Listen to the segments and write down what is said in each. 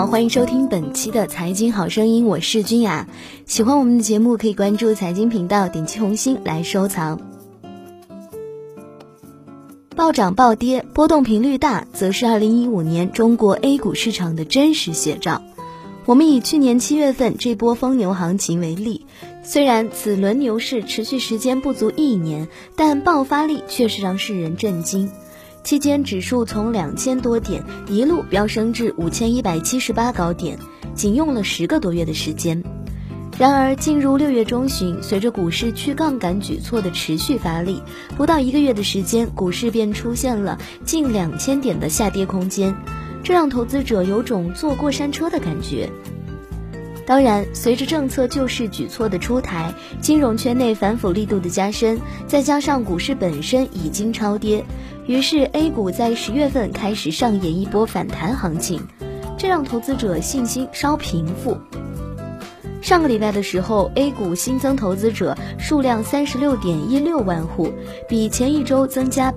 好，欢迎收听本期的财经好声音，我是君雅。喜欢我们的节目可以关注财经频道，点击红心来收藏。暴涨暴跌，波动频率大，则是2015年中国 A 股市场的真实写照。我们以去年7月份这波疯牛行情为例，虽然此轮牛市持续时间不足1年，但爆发力确实让世人震惊。期间指数从2000多点一路飙升至5178高点，仅用了10个多月的时间。然而进入6月中旬，随着股市去杠杆举措的持续发力，不到1个月的时间，股市便出现了近2000点的下跌空间，这让投资者有种坐过山车的感觉。当然，随着政策救市举措的出台，金融圈内反腐力度的加深，再加上股市本身已经超跌，于是 A 股在10月份开始上演一波反弹行情，这让投资者信心稍平复。上个礼拜的时候 ，A 股新增投资者数量36.16万户，比前一周增加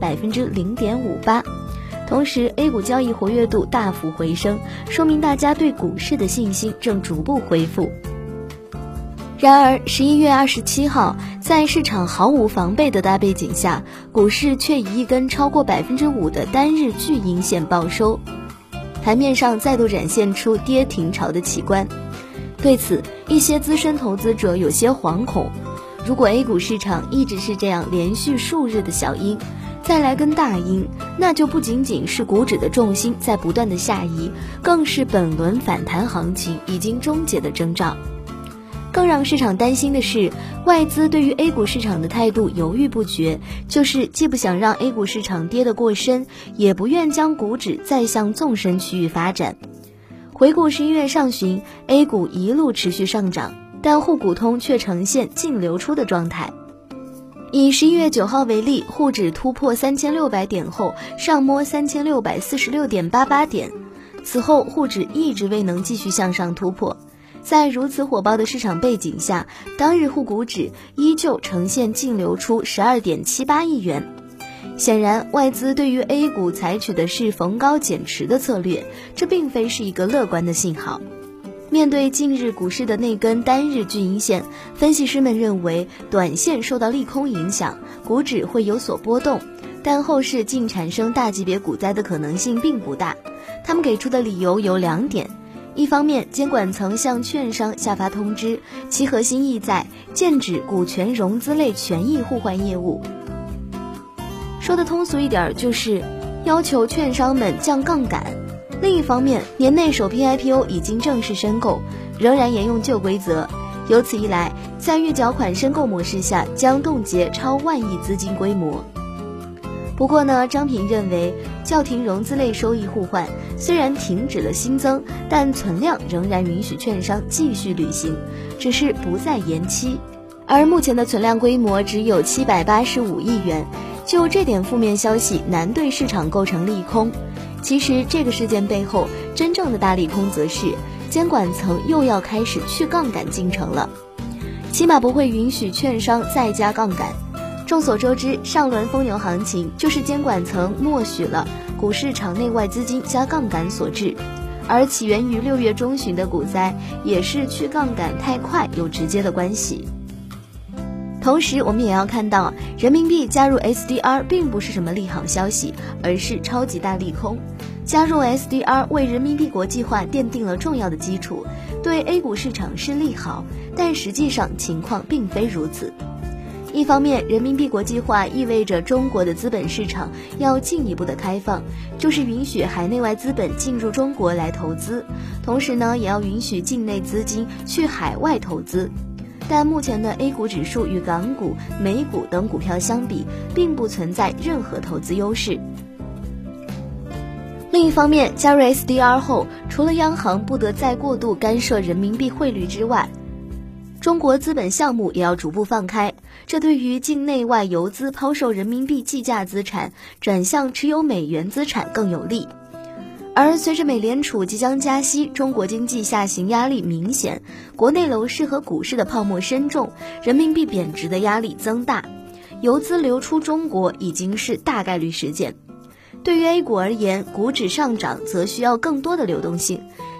0.58%。同时 A 股交易活跃度大幅回升，说明大家对股市的信心正逐步恢复。然而11月27号，在市场毫无防备的大背景下，股市却以一根超过5%的单日巨阴线报收，盘面上再度展现出跌停潮的奇观。对此，一些资深投资者有些惶恐，如果 A 股市场一直是这样连续数日的小阴，再来根大阴，那就不仅仅是股指的重心在不断的下移，更是本轮反弹行情已经终结的征兆。更让市场担心的是，外资对于 A 股市场的态度犹豫不决，就是既不想让 A 股市场跌得过深，也不愿将股指再向纵深区域发展。回顾11月上旬 ，A 股一路持续上涨，但沪股通却呈现净流出的状态。以11月9号为例，沪指突破3600点后，上摸3646.88点，此后沪指一直未能继续向上突破。在如此火爆的市场背景下，当日沪股指依旧呈现净流出12.78亿元。显然，外资对于 A 股采取的是逢高减持的策略，这并非是一个乐观的信号。面对近日股市的那根单日巨阴线，分析师们认为短线受到利空影响，股指会有所波动，但后市竟产生大级别股灾的可能性并不大。他们给出的理由有2点，一方面，监管层向券商下发通知，其核心意在禁止股权融资类权益互换业务。说的通俗一点，就是要求券商们降杠杆。另一方面，年内首批 IPO 已经正式申购，仍然沿用旧规则，由此一来，在预缴款申购模式下将冻结超万亿资金规模。不过呢，张平认为叫停融资类收益互换，虽然停止了新增，但存量仍然允许券商继续履行，只是不再延期。而目前的存量规模只有785亿元，就这点负面消息难对市场构成利空。其实这个事件背后真正的大利空则是监管层又要开始去杠杆进程了，起码不会允许券商再加杠杆。众所周知，上轮疯牛行情就是监管层默许了股市场内外资金加杠杆所致，而起源于6月中旬的股灾也是去杠杆太快有直接的关系。同时我们也要看到，人民币加入 SDR 并不是什么利好消息，而是超级大利空。加入 SDR 为人民币国际化奠定了重要的基础，对 A 股市场是利好，但实际上情况并非如此。一方面，人民币国际化意味着中国的资本市场要进一步的开放，就是允许海内外资本进入中国来投资，同时呢，也要允许境内资金去海外投资。但目前的 A 股指数与港股、美股等股票相比，并不存在任何投资优势。另一方面，加入 SDR 后，除了央行不得再过度干涉人民币汇率之外，中国资本项目也要逐步放开，这对于境内外游资抛售人民币计价资产，转向持有美元资产更有利。而随着美联储即将加息，中国经济下行压力明显，国内楼市和股市的泡沫深重，人民币贬值的压力增大，游资流出中国已经是大概率事件。对于 A 股而言，股指上涨则需要更多的流动性，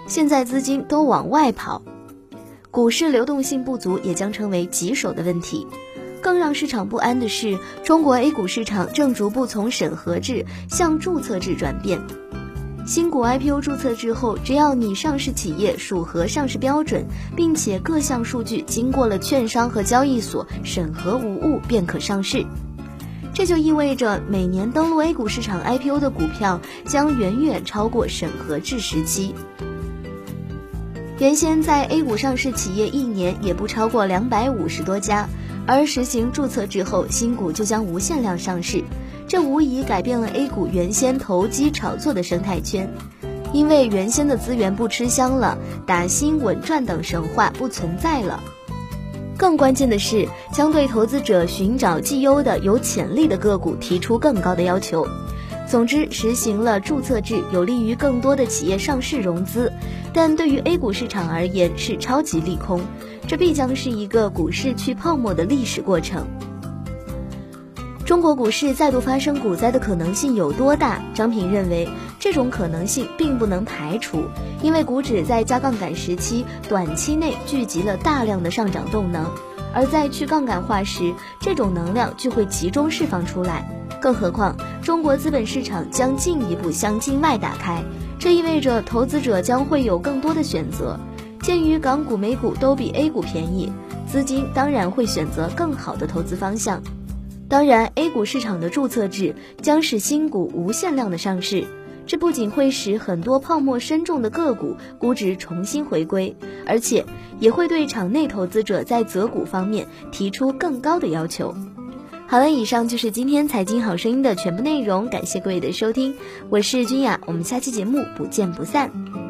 现在资金都往外跑，股市流动性不足也将成为棘手的问题。更让市场不安的是，中国 A 股市场正逐步从审核制向注册制转变。新股 IPO 注册之后，只要你上市企业符合上市标准，并且各项数据经过了券商和交易所审核无误，便可上市。这就意味着每年登陆 A 股市场 IPO 的股票将远远超过审核制时期。原先在 A 股上市企业一年也不超过250多家，而实行注册之后，新股就将无限量上市，这无疑改变了 A 股原先投机炒作的生态圈。因为原先的资源不吃香了，打新稳赚等神话不存在了。更关键的是，将对投资者寻找绩优的有潜力的个股提出更高的要求。总之，实行了注册制有利于更多的企业上市融资，但对于 A 股市场而言是超级利空，这必将是一个股市去泡沫的历史过程。中国股市再度发生股灾的可能性有多大？张平认为，这种可能性并不能排除，因为股指在加杠杆时期，短期内聚集了大量的上涨动能，而在去杠杆化时，这种能量就会集中释放出来。更何况，中国资本市场将进一步向境外打开，这意味着投资者将会有更多的选择。鉴于港股、美股都比 A 股便宜，资金当然会选择更好的投资方向。当然 ，A 股市场的注册制将使新股无限量的上市，这不仅会使很多泡沫深重的个股估值重新回归，而且也会对场内投资者在择股方面提出更高的要求。好了，以上就是今天财经好声音的全部内容，感谢各位的收听，我是君雅，我们下期节目不见不散。